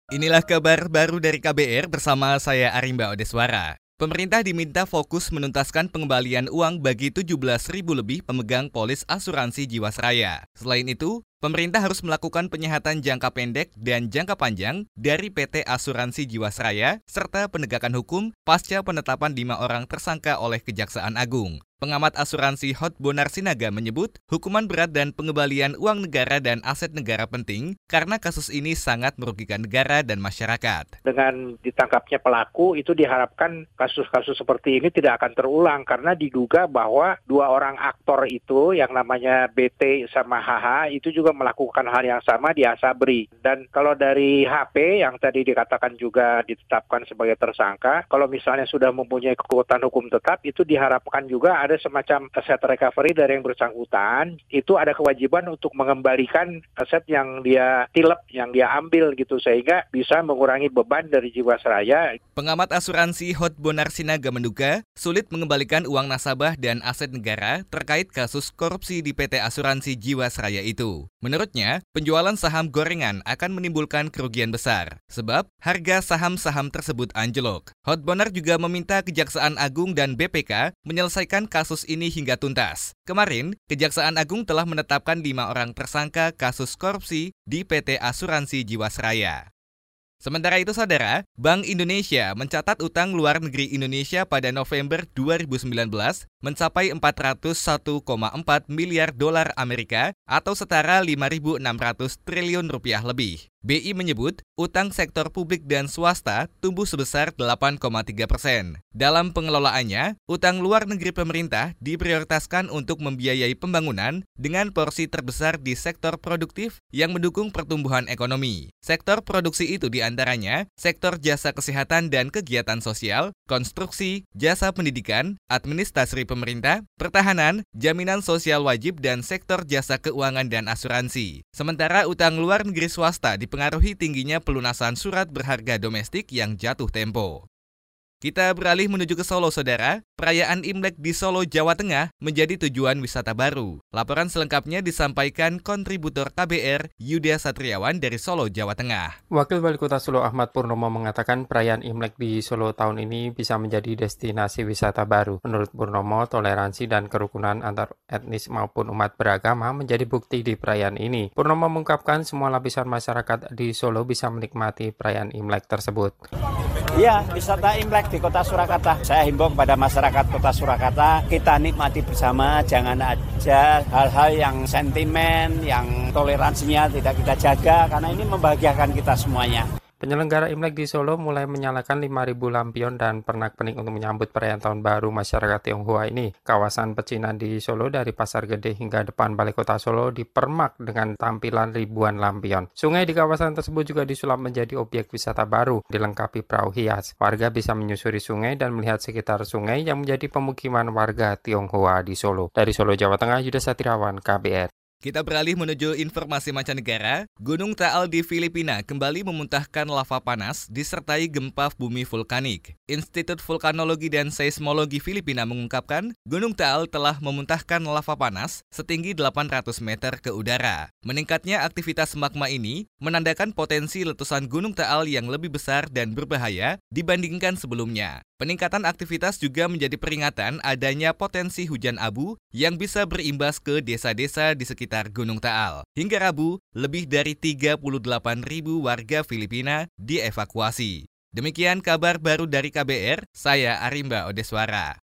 Inilah kabar baru dari KBR bersama saya Arimba Odeswara. Pemerintah diminta fokus menuntaskan pengembalian uang bagi 17.000 lebih pemegang polis asuransi Jiwasraya. Selain itu, pemerintah harus melakukan penyehatan jangka pendek dan jangka panjang dari PT Asuransi Jiwasraya serta penegakan hukum pasca penetapan 5 orang tersangka oleh Kejaksaan Agung. Pengamat asuransi Hot Bonar Sinaga menyebut hukuman berat dan pengembalian uang negara dan aset negara penting karena kasus ini sangat merugikan negara dan masyarakat. Dengan ditangkapnya pelaku itu diharapkan kasus-kasus seperti ini tidak akan terulang karena diduga bahwa 2 orang aktor itu yang namanya BT sama HH itu juga melakukan hal yang sama di Asabri. Dan kalau dari HP yang tadi dikatakan juga ditetapkan sebagai tersangka, kalau misalnya sudah mempunyai kekuatan hukum tetap itu diharapkan juga ada semacam aset recovery dari yang bersangkutan, itu ada kewajiban untuk mengembalikan aset yang dia tilep, yang dia ambil gitu, sehingga bisa mengurangi beban dari Jiwasraya. Pengamat asuransi Hot Bonar Sinaga menduga sulit mengembalikan uang nasabah dan aset negara terkait kasus korupsi di PT Asuransi Jiwasraya itu. Menurutnya, penjualan saham gorengan akan menimbulkan kerugian besar, sebab harga saham-saham tersebut anjlok. Hot Bonar juga meminta Kejaksaan Agung dan BPK menyelesaikan kasus ini hingga tuntas. Kemarin, Kejaksaan Agung telah menetapkan 5 orang tersangka kasus korupsi di PT Asuransi Jiwasraya. Sementara itu, Saudara, Bank Indonesia mencatat utang luar negeri Indonesia pada November 2019 mencapai 401,4 miliar dolar Amerika atau setara 5.600 triliun rupiah lebih. BI menyebut utang sektor publik dan swasta tumbuh sebesar 8,3%. Dalam pengelolaannya, utang luar negeri pemerintah diprioritaskan untuk membiayai pembangunan dengan porsi terbesar di sektor produktif yang mendukung pertumbuhan ekonomi. Sektor produksi itu diantaranya sektor jasa kesehatan dan kegiatan sosial, konstruksi, jasa pendidikan, administrasi pemerintah, pertahanan, jaminan sosial wajib, dan sektor jasa keuangan dan asuransi. Sementara utang luar negeri swasta dipengaruhi tingginya pelunasan surat berharga domestik yang jatuh tempo. Kita beralih menuju ke Solo, Saudara. Perayaan Imlek di Solo, Jawa Tengah menjadi tujuan wisata baru. Laporan selengkapnya disampaikan kontributor KBR Yuda Satriawan dari Solo, Jawa Tengah. Wakil Wali Kota Solo Ahmad Purnomo mengatakan perayaan Imlek di Solo tahun ini bisa menjadi destinasi wisata baru. Menurut Purnomo, toleransi dan kerukunan antar etnis maupun umat beragama menjadi bukti di perayaan ini. Purnomo mengungkapkan semua lapisan masyarakat di Solo bisa menikmati perayaan Imlek tersebut. Iya, wisata Imlek di Kota Surakarta. Saya himbau kepada masyarakat Kota Surakarta, kita nikmati bersama, jangan aja hal-hal yang sentimen, yang toleransinya tidak kita jaga, karena ini membahagiakan kita semuanya. Penyelenggara Imlek di Solo mulai menyalakan 5.000 lampion dan pernak-pernik untuk menyambut perayaan Tahun Baru masyarakat Tionghoa ini. Kawasan pecinan di Solo dari Pasar Gede hingga depan Balai Kota Solo dipermak dengan tampilan ribuan lampion. Sungai di kawasan tersebut juga disulap menjadi objek wisata baru, dilengkapi perahu hias. Warga bisa menyusuri sungai dan melihat sekitar sungai yang menjadi pemukiman warga Tionghoa di Solo. Dari Solo, Jawa Tengah, Yuda Satriawan, KBR. Kita beralih menuju informasi mancanegara. Gunung Taal di Filipina kembali memuntahkan lava panas disertai gempa bumi vulkanik. Institut Vulkanologi dan Seismologi Filipina mengungkapkan, Gunung Taal telah memuntahkan lava panas setinggi 800 meter ke udara. Meningkatnya aktivitas magma ini menandakan potensi letusan Gunung Taal yang lebih besar dan berbahaya dibandingkan sebelumnya. Peningkatan aktivitas juga menjadi peringatan adanya potensi hujan abu yang bisa berimbas ke desa-desa di sekitar Gunung Taal. Hingga Rabu, lebih dari 38.000 warga Filipina dievakuasi. Demikian kabar baru dari KBR, saya Arimba Odeswara.